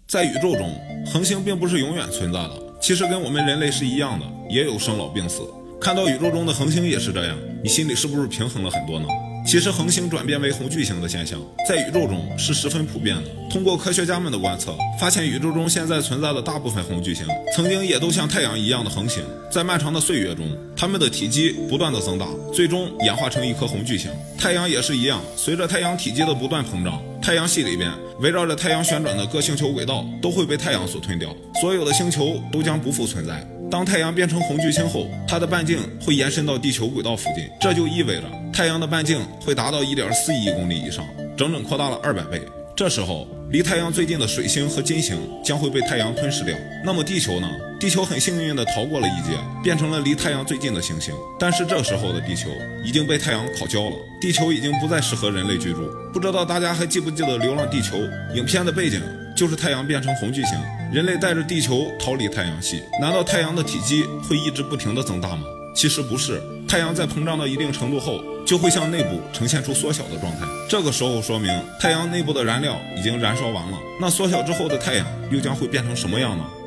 在宇宙中，恒星并不是永远存在的，其实跟我们人类是一样的，也有生老病死。看到宇宙中的恒星也是这样，你心里是不是平衡了很多呢？其实恒星转变为红巨星的现象，在宇宙中是十分普遍的。通过科学家们的观测，发现宇宙中现在存在的大部分红巨星，曾经也都像太阳一样的恒星。在漫长的岁月中，它们的体积不断的增大，最终演化成一颗红巨星。太阳也是一样，随着太阳体积的不断膨胀，太阳系里边围绕着太阳旋转的各星球轨道都会被太阳所吞掉，所有的星球都将不复存在。当太阳变成红巨星后，它的半径会延伸到地球轨道附近，这就意味着太阳的半径会达到 1.4亿公里以上，整整扩大了200倍。这时候，离太阳最近的水星和金星将会被太阳吞噬掉。那么地球呢？地球很幸运地逃过了一劫，变成了离太阳最近的行星。但是这时候的地球已经被太阳烤焦了，地球已经不再适合人类居住。不知道大家还记不记得《流浪地球》影片的背景就是太阳变成红巨星，人类带着地球逃离太阳系。难道太阳的体积会一直不停地增大吗？其实不是，太阳在膨胀到一定程度后，就会向内部呈现出缩小的状态。这个时候说明太阳内部的燃料已经燃烧完了。那缩小之后的太阳又将会变成什么样呢？